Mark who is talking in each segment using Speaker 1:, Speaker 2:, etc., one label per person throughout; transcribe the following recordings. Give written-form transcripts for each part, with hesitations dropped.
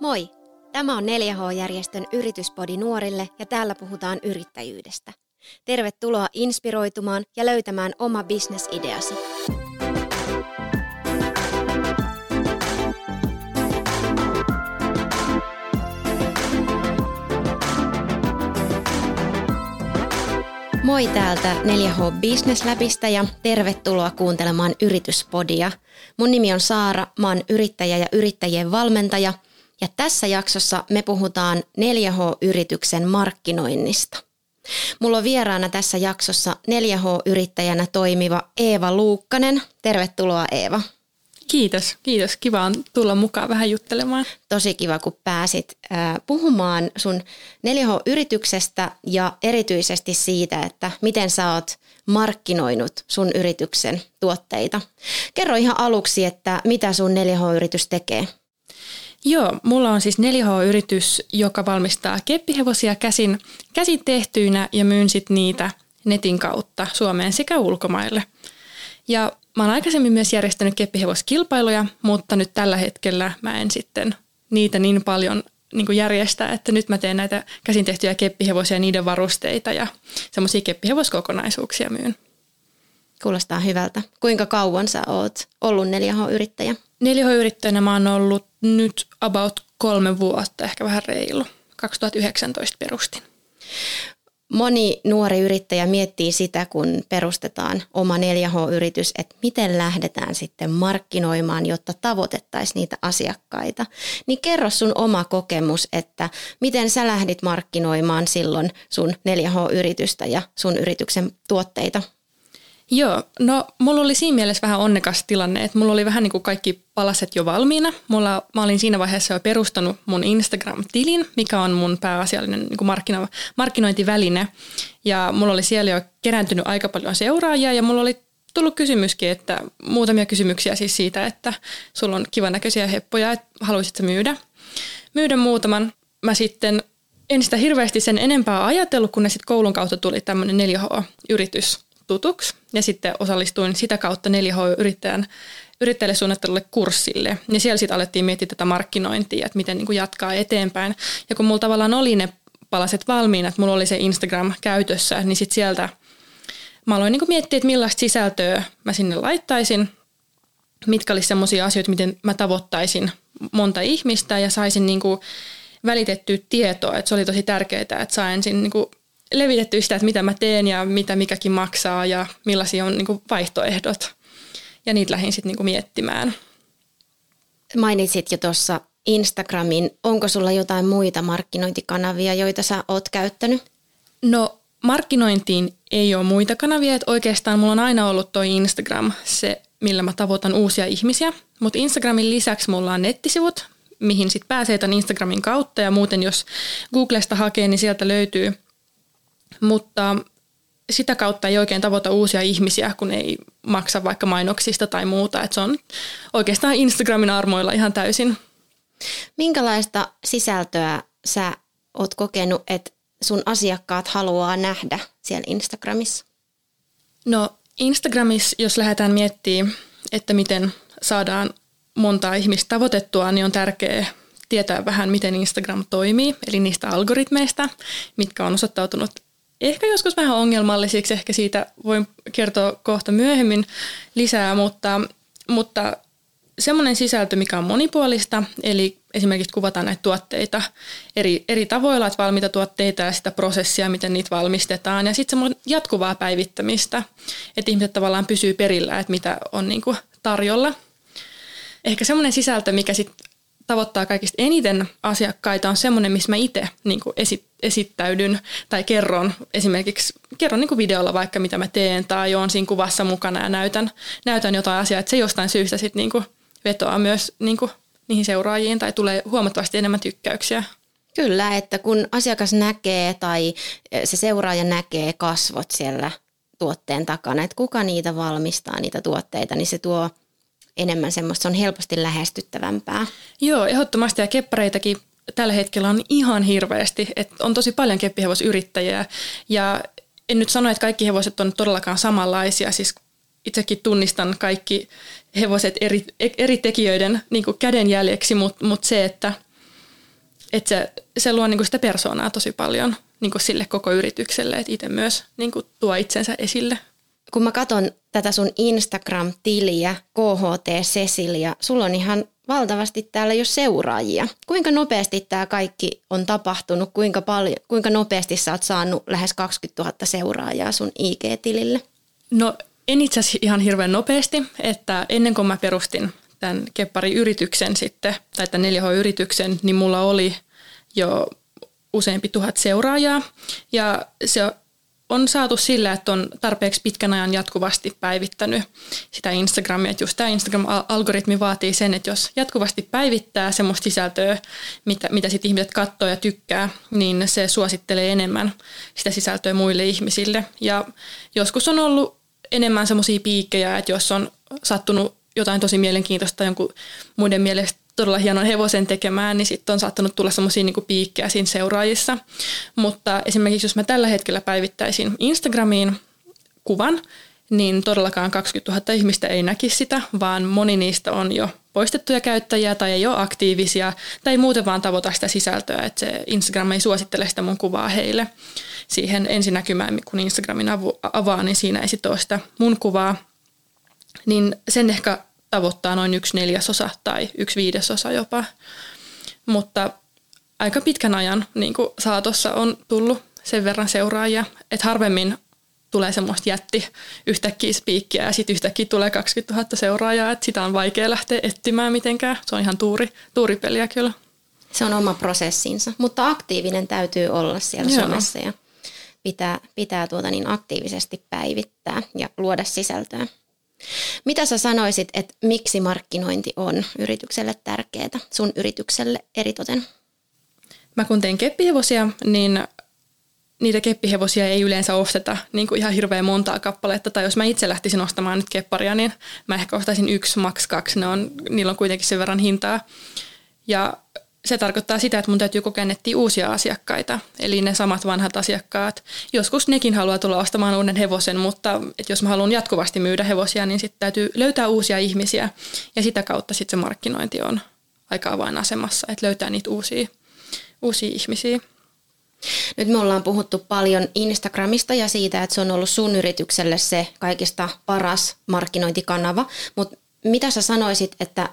Speaker 1: Moi! Tämä on 4H-järjestön Yrityspodi nuorille ja täällä puhutaan yrittäjyydestä. Tervetuloa inspiroitumaan ja löytämään oma business-ideasi. Moi täältä 4H Business Labista ja tervetuloa kuuntelemaan Yrityspodia. Mun nimi on Saara, mä oon yrittäjä ja yrittäjien valmentaja ja tässä jaksossa me puhutaan 4H-yrityksen markkinoinnista. Mulla on vieraana tässä jaksossa 4H-yrittäjänä toimiva Eeva Luukkanen. Tervetuloa Eeva.
Speaker 2: Kiitos. Kiva on tulla mukaan vähän juttelemaan.
Speaker 1: Tosi kiva, kun pääsit puhumaan sun 4H-yrityksestä ja erityisesti siitä, että miten sä oot markkinoinut sun yrityksen tuotteita. Kerro ihan aluksi, että mitä sun 4H-yritys tekee.
Speaker 2: Joo, mulla on siis 4H-yritys, joka valmistaa keppihevosia käsin tehtyinä ja myyn sit niitä netin kautta Suomeen sekä ulkomaille. Ja mä oon aikaisemmin myös järjestänyt keppihevoskilpailuja, mutta nyt tällä hetkellä mä en sitten niitä niin paljon järjestää, että nyt mä teen näitä käsin tehtyjä keppihevosia, niiden varusteita ja semmoisia keppihevoskokonaisuuksia myyn.
Speaker 1: Kuulostaa hyvältä. Kuinka kauan sä oot ollut 4H-yrittäjä?
Speaker 2: 4H-yrittäjänä mä oon ollut nyt about 3 vuotta, ehkä vähän reilu. 2019 perustin.
Speaker 1: Moni nuori yrittäjä miettii sitä, kun perustetaan oma 4H-yritys, että miten lähdetään sitten markkinoimaan, jotta tavoitettaisiin niitä asiakkaita. Niin kerro sun oma kokemus, että miten sä lähdit markkinoimaan silloin sun 4H-yritystä ja sun yrityksen tuotteita?
Speaker 2: Joo, no mulla oli siinä mielessä vähän onnekas tilanne, että mulla oli vähän niin kuin kaikki palaset jo valmiina. Mä olin siinä vaiheessa jo perustanut mun Instagram-tilin, mikä on mun pääasiallinen niin kuin markkinointiväline. Ja mulla oli siellä jo kerääntynyt aika paljon seuraajia ja mulla oli tullut kysymyskin, että muutamia kysymyksiä siis siitä, että sulla on kivan näköisiä heppoja, että haluaisitko myydä muutaman. Mä sitten en sitä hirveästi sen enempää ajatellut, kun ne sitten koulun kautta tuli tämmöinen 4H-yritys tutuksi ja sitten osallistuin sitä kautta 4H-yrittäjälle suunnittelulle kurssille. Ja siellä sitten alettiin miettiä tätä markkinointia, että miten niin kuin jatkaa eteenpäin. Ja kun mulla tavallaan oli ne palaset valmiina, että mulla oli se Instagram käytössä, niin sitten sieltä mä aloin niin kuin miettiä, että millaista sisältöä mä sinne laittaisin, mitkä olisi semmoisia asioita, miten mä tavoittaisin monta ihmistä ja saisin niin kuin välitettyä tietoa. Että se oli tosi tärkeää, että sain ensin niin kuin levitetty sitä, että mitä mä teen ja mitä mikäkin maksaa ja millaisia on niin kuin vaihtoehdot. Ja niitä lähdin sitten niin kuin miettimään.
Speaker 1: Mainitsit jo tuossa Instagramin. Onko sulla jotain muita markkinointikanavia, joita sä oot käyttänyt?
Speaker 2: No markkinointiin ei ole muita kanavia. Että oikeastaan mulla on aina ollut toi Instagram se, millä mä tavoitan uusia ihmisiä. Mutta Instagramin lisäksi mulla on nettisivut, mihin sitten pääsee tämän Instagramin kautta. Ja muuten jos Googlesta hakee, niin sieltä löytyy. Mutta sitä kautta ei oikein tavoita uusia ihmisiä, kun ei maksa vaikka mainoksista tai muuta. Että se on oikeastaan Instagramin armoilla ihan täysin.
Speaker 1: Minkälaista sisältöä sä oot kokenut, että sun asiakkaat haluaa nähdä siellä Instagramissa?
Speaker 2: No Instagramissa, jos lähdetään miettimään, että miten saadaan montaa ihmistä tavoitettua, niin on tärkeää tietää vähän, miten Instagram toimii, eli niistä algoritmeista, mitkä on osoittautunut ehkä joskus vähän ongelmallisiksi, ehkä siitä voin kertoa kohta myöhemmin lisää, mutta semmoinen sisältö, mikä on monipuolista, eli esimerkiksi kuvataan näitä tuotteita eri tavoilla, että valmiita tuotteita ja sitä prosessia, miten niitä valmistetaan, ja sitten semmoinen jatkuvaa päivittämistä, että ihmiset tavallaan pysyy perillä, että mitä on niinku tarjolla. Ehkä semmoinen sisältö, mikä sitten tavoittaa kaikista eniten asiakkaita, on semmoinen, missä mä itse niinku esittäydyn tai kerron niinku videolla vaikka mitä mä teen tai oon siinä kuvassa mukana ja näytän jotain asiaa, että se jostain syystä sitten niinku vetoaa myös niinku niihin seuraajiin tai tulee huomattavasti enemmän tykkäyksiä.
Speaker 1: Kyllä, että kun asiakas näkee tai se seuraaja näkee kasvot siellä tuotteen takana, että kuka niitä valmistaa, niitä tuotteita, niin se tuo enemmän semmoista, se on helposti lähestyttävämpää.
Speaker 2: Joo, ehdottomasti ja keppareitakin tällä hetkellä on ihan hirveästi, että on tosi paljon keppihevosyrittäjiä ja en nyt sano, että kaikki hevoset on todellakaan samanlaisia, siis itsekin tunnistan kaikki hevoset eri tekijöiden niin kuin kädenjäljeksi, mutta se, että että se luo niin kuin sitä persoonaa tosi paljon niin kuin sille koko yritykselle, että itse myös niin kuin tuo itsensä esille.
Speaker 1: Kun mä katson tätä sun Instagram-tiliä, KHT Cecilia, sulla on ihan valtavasti täällä jo seuraajia. Kuinka nopeasti tämä kaikki on tapahtunut? Kuinka nopeasti sä oot saanut lähes 20 000 seuraajaa sun IG-tilille?
Speaker 2: No en itse asiassa ihan hirveän nopeasti, että ennen kuin mä perustin tämän keppari-yrityksen sitten, tai tämän 4H-yrityksen, niin mulla oli jo useampi 1000 seuraajaa. Ja se on saatu sillä, että on tarpeeksi pitkän ajan jatkuvasti päivittänyt sitä Instagramia. Että just tämä Instagram-algoritmi vaatii sen, että jos jatkuvasti päivittää semmoista sisältöä, mitä sitten ihmiset katsoo ja tykkää, niin se suosittelee enemmän sitä sisältöä muille ihmisille. Ja joskus on ollut enemmän semmoisia piikkejä, että jos on sattunut jotain tosi mielenkiintoista jonkun muiden mielestä todella hienon hevosen tekemään, niin sitten on saattanut tulla semmoisia niinku piikkejä siinä seuraajissa. Mutta esimerkiksi jos mä tällä hetkellä päivittäisin Instagramiin kuvan, niin todellakaan 20 000 ihmistä ei näkisi sitä, vaan moni niistä on jo poistettuja käyttäjiä tai ei ole aktiivisia tai muuten vaan tavoita sitä sisältöä, että se Instagram ei suosittele sitä mun kuvaa heille. Siihen ensinäkymään, kun Instagramin avaa, niin siinä ei sitten ole sitä mun kuvaa, niin sen ehkä tavoittaa noin 1/4 tai 1/5 jopa, mutta aika pitkän ajan niin kuin saatossa on tullut sen verran seuraajia, että harvemmin tulee semmoista yhtäkkiä spiikkiä ja sitten yhtäkkiä tulee 20 000 seuraajaa, että sitä on vaikea lähteä etsimään mitenkään. Se on ihan tuuripeliä kyllä.
Speaker 1: Se on oma prosessinsa, mutta aktiivinen täytyy olla siellä somessa ja pitää aktiivisesti päivittää ja luoda sisältöä. Mitä sä sanoisit, että miksi markkinointi on yritykselle tärkeää, sun yritykselle eritoten?
Speaker 2: Mä kun teen keppihevosia, niin niitä keppihevosia ei yleensä osteta niin kuin ihan hirveän montaa kappaletta. Tai jos mä itse lähtisin ostamaan nyt kepparia, niin mä ehkä ostaisin 1, maks 2. Niillä on kuitenkin sen verran hintaa. Ja se tarkoittaa sitä, että mun täytyy kokea nettiin uusia asiakkaita, eli ne samat vanhat asiakkaat. Joskus nekin haluaa tulla ostamaan uuden hevosen, mutta jos mä haluan jatkuvasti myydä hevosia, niin sitten täytyy löytää uusia ihmisiä. Ja sitä kautta sitten se markkinointi on aika avainasemassa, että löytää niitä uusia ihmisiä.
Speaker 1: Nyt me ollaan puhuttu paljon Instagramista ja siitä, että se on ollut sun yritykselle se kaikista paras markkinointikanava, mutta mitä sä sanoisit, että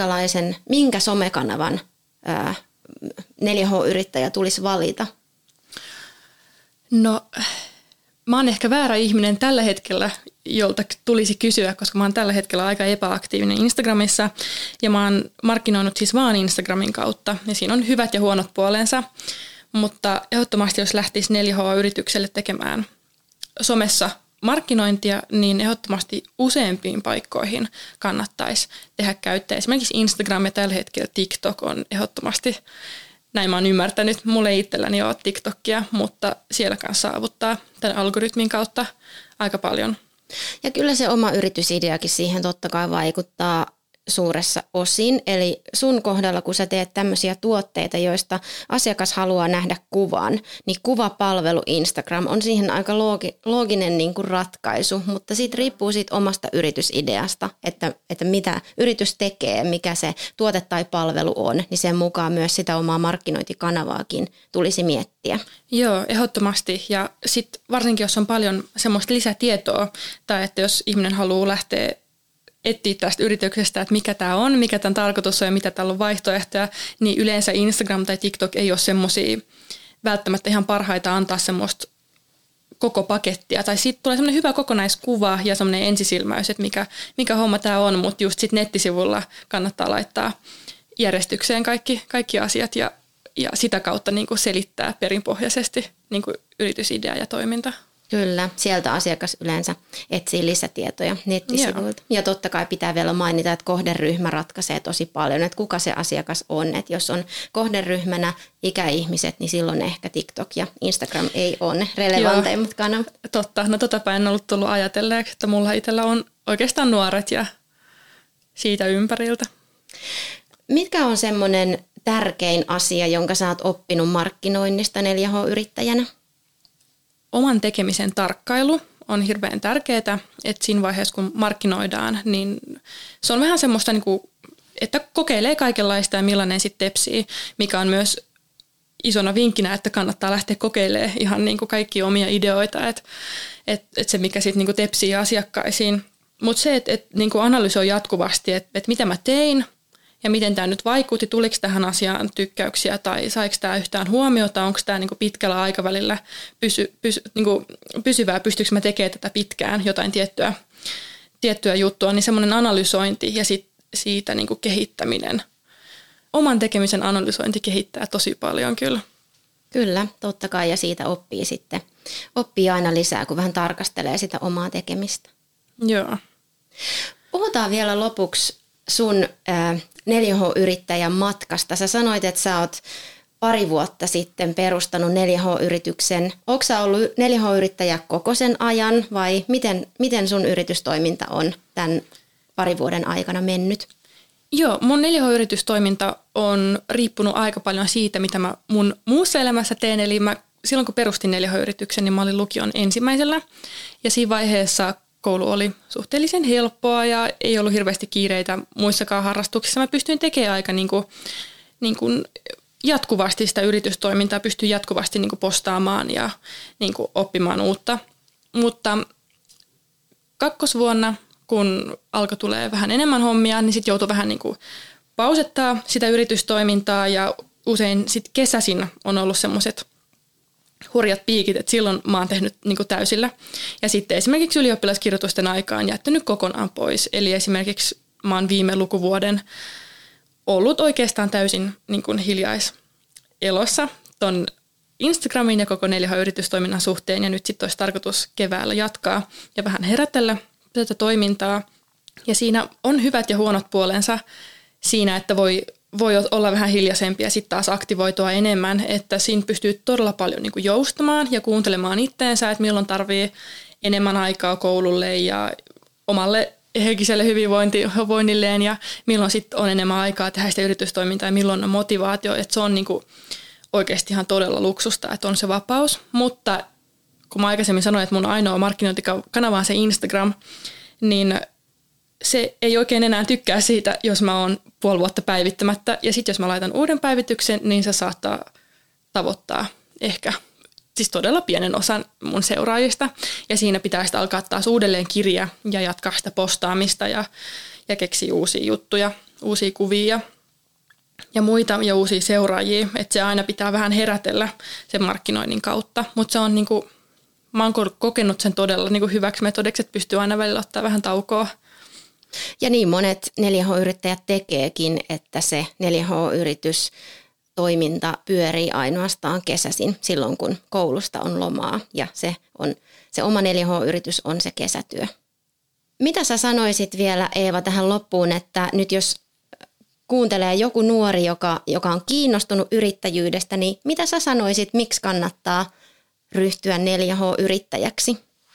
Speaker 1: minkä somekanavan 4H-yrittäjä tulisi valita?
Speaker 2: No, mä oon ehkä väärä ihminen tällä hetkellä, jolta tulisi kysyä, koska mä oon tällä hetkellä aika epäaktiivinen Instagramissa ja mä oon markkinoinut siis vaan Instagramin kautta ja siinä on hyvät ja huonot puolensa, mutta ehdottomasti jos lähtisi 4H-yritykselle tekemään somessa markkinointia, niin ehdottomasti useampiin paikkoihin kannattaisi tehdä käyttää. Esimerkiksi Instagram ja tällä hetkellä TikTok on ehdottomasti, näin mä oon ymmärtänyt, mulla ei itselläni ole TikTokia, mutta siellä kanssa saavuttaa tämän algoritmin kautta aika paljon.
Speaker 1: Ja kyllä se oma yritysideakin siihen totta kai vaikuttaa suuressa osin. Eli sun kohdalla, kun sä teet tämmöisiä tuotteita, joista asiakas haluaa nähdä kuvan, niin kuvapalvelu Instagram on siihen aika looginen niin kuin ratkaisu, mutta siitä riippuu siitä omasta yritysideasta, että mitä yritys tekee, mikä se tuote tai palvelu on, niin sen mukaan myös sitä omaa markkinointikanavaakin tulisi miettiä.
Speaker 2: Joo, ehdottomasti. Ja sitten varsinkin, jos on paljon semmoista lisätietoa, tai että jos ihminen haluaa lähteä etsiä tästä yrityksestä, että mikä tämä on, mikä tämän tarkoitus on ja mitä täällä on vaihtoehtoja, niin yleensä Instagram tai TikTok ei ole semmoisia välttämättä ihan parhaita antaa semmoista koko pakettia. Tai sitten tulee semmoinen hyvä kokonaiskuva ja semmoinen ensisilmäys, että mikä homma tämä on, mutta just sitten nettisivulla kannattaa laittaa järjestykseen kaikki asiat ja sitä kautta niin kuin selittää perinpohjaisesti niin kuin yritysidea ja toiminta.
Speaker 1: Kyllä, sieltä asiakas yleensä etsii lisätietoja nettisivuilta. Ja totta kai pitää vielä mainita, että kohderyhmä ratkaisee tosi paljon, että kuka se asiakas on. Että jos on kohderyhmänä ikäihmiset, niin silloin ehkä TikTok ja Instagram ei ole ne relevanteimmat kanavat.
Speaker 2: Totta, no totapa en ollut tullut ajatelleeksi, että mulla itsellä on oikeastaan nuoret ja siitä ympäriltä.
Speaker 1: Mitkä on semmoinen tärkein asia, jonka sä oot oppinut markkinoinnista 4H-yrittäjänä?
Speaker 2: Oman tekemisen tarkkailu on hirveän tärkeää, että siinä vaiheessa kun markkinoidaan, niin se on vähän semmoista, että kokeilee kaikenlaista ja millainen sitten tepsii, mikä on myös isona vinkkinä, että kannattaa lähteä kokeilemaan ihan niin kuin kaikkia omia ideoita, että se mikä sitten niin kuin tepsii asiakkaisiin. Mutta se, että niin kuin analysoi jatkuvasti, että mitä mä tein ja miten tämä nyt vaikutti, tuliko tähän asiaan tykkäyksiä tai saiko tämä yhtään huomiota, onko tämä niin kuin pitkällä aikavälillä niin kuin pysyvää, pystyykö mä tekemään tätä pitkään, jotain tiettyä juttua, niin semmoinen analysointi ja siitä niin kuin kehittäminen. Oman tekemisen analysointi kehittää tosi paljon kyllä.
Speaker 1: Kyllä, totta kai, ja siitä oppii aina lisää, kun vähän tarkastelee sitä omaa tekemistä.
Speaker 2: Joo.
Speaker 1: Puhutaan vielä lopuksi sun 4H-yrittäjän matkasta. Sä sanoit, että sä oot pari vuotta sitten perustanut 4H-yrityksen. Ootko sä ollut 4H-yrittäjä koko sen ajan vai miten sun yritystoiminta on tämän parin vuoden aikana mennyt?
Speaker 2: Joo, mun 4H-yritystoiminta on riippunut aika paljon siitä, mitä mä mun muussa elämässä teen. Eli silloin kun perustin 4H-yrityksen, niin mä olin lukion ensimmäisellä. Ja siinä vaiheessa koulu oli suhteellisen helppoa ja ei ollut hirveästi kiireitä muissakaan harrastuksissa. Mä pystyin tekemään aika niin kuin jatkuvasti sitä yritystoimintaa, pystyin jatkuvasti niin kuin postaamaan ja niin kuin oppimaan uutta. Mutta kakkosvuonna, kun alkoi tulee vähän enemmän hommia, niin sitten joutui vähän niin kuin pausettaa sitä yritystoimintaa ja usein sitten kesäisin on ollut semmoiset hurjat piikit, että silloin mä oon tehnyt niin kuin täysillä. Ja sitten esimerkiksi ylioppilaskirjoitusten aikaan jättänyt kokonaan pois. Eli esimerkiksi mä oon viime lukuvuoden ollut oikeastaan täysin niin kuin hiljaiselossa ton Instagramin ja koko 4H-yritystoiminnan suhteen. Ja nyt sitten olisi tarkoitus keväällä jatkaa ja vähän herätellä tätä toimintaa. Ja siinä on hyvät ja huonot puolensa siinä, että voi olla vähän hiljaisempi ja sitten taas aktivoitua enemmän, että siinä pystyy todella paljon niin kuin joustamaan ja kuuntelemaan itteensä, että milloin tarvii enemmän aikaa koululle ja omalle henkiselle hyvinvoinnilleen ja milloin sitten on enemmän aikaa tehdä sitä yritystoimintaa ja milloin on motivaatio, että se on niin kuin oikeasti ihan todella luksusta, että on se vapaus, mutta kun mä aikaisemmin sanoin, että mun ainoa markkinointikanava on se Instagram, niin se ei oikein enää tykkää siitä, jos mä oon puoli vuotta päivittämättä. Ja sitten jos mä laitan uuden päivityksen, niin se saattaa tavoittaa ehkä siis todella pienen osan mun seuraajista. Ja siinä pitää sitten alkaa taas uudelleen kirja ja jatkaa sitä postaamista ja keksiä uusia juttuja, uusia kuvia ja muita ja uusia seuraajia. Että se aina pitää vähän herätellä sen markkinoinnin kautta. Mutta se on niinku, mä oon kokenut sen todella niinku hyväksi metodiksi, että pystyy aina välillä ottaa vähän taukoa.
Speaker 1: Ja niin monet 4H-yrittäjät tekeekin, että se 4H-yritystoiminta pyörii ainoastaan kesäisin silloin, kun koulusta on lomaa ja se oma 4H-yritys on se kesätyö. Mitä sä sanoisit vielä, Eeva, tähän loppuun, että nyt jos kuuntelee joku nuori, joka on kiinnostunut yrittäjyydestä, niin mitä sä sanoisit, miksi kannattaa ryhtyä 4H-yrittäjäksi?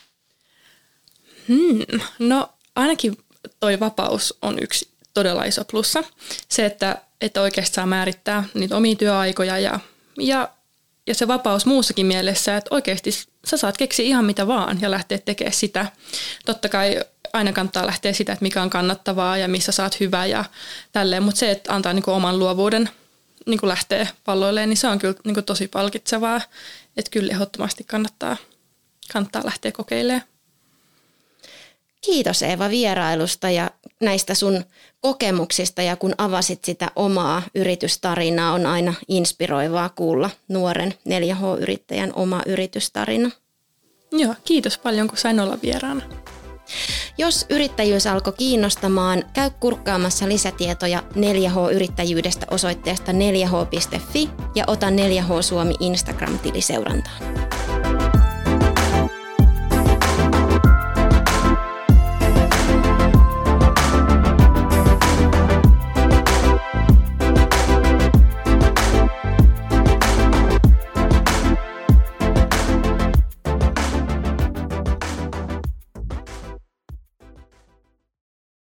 Speaker 2: No ainakin toi vapaus on yksi todella iso plussa. Se, että oikeasti saa määrittää niitä omia työaikoja ja se vapaus muussakin mielessä, että oikeasti sä saat keksiä ihan mitä vaan ja lähteä tekemään sitä. Totta kai aina kannattaa lähteä sitä, että mikä on kannattavaa ja missä saat hyvää ja tälleen, mutta se, että antaa niinku oman luovuuden niinku lähteä palloilleen, niin se on kyllä niinku tosi palkitsevaa. Että kyllä ehdottomasti kannattaa lähteä kokeilemaan.
Speaker 1: Kiitos Eeva vierailusta ja näistä sun kokemuksista ja kun avasit sitä omaa yritystarinaa, on aina inspiroivaa kuulla nuoren 4H-yrittäjän oma yritystarina.
Speaker 2: Joo, kiitos paljon kun sain olla vieraana.
Speaker 1: Jos yrittäjyys alkoi kiinnostamaan, käy kurkkaamassa lisätietoja 4H-yrittäjyydestä osoitteesta 4h.fi ja ota 4H Suomi Instagram-tili seurantaan.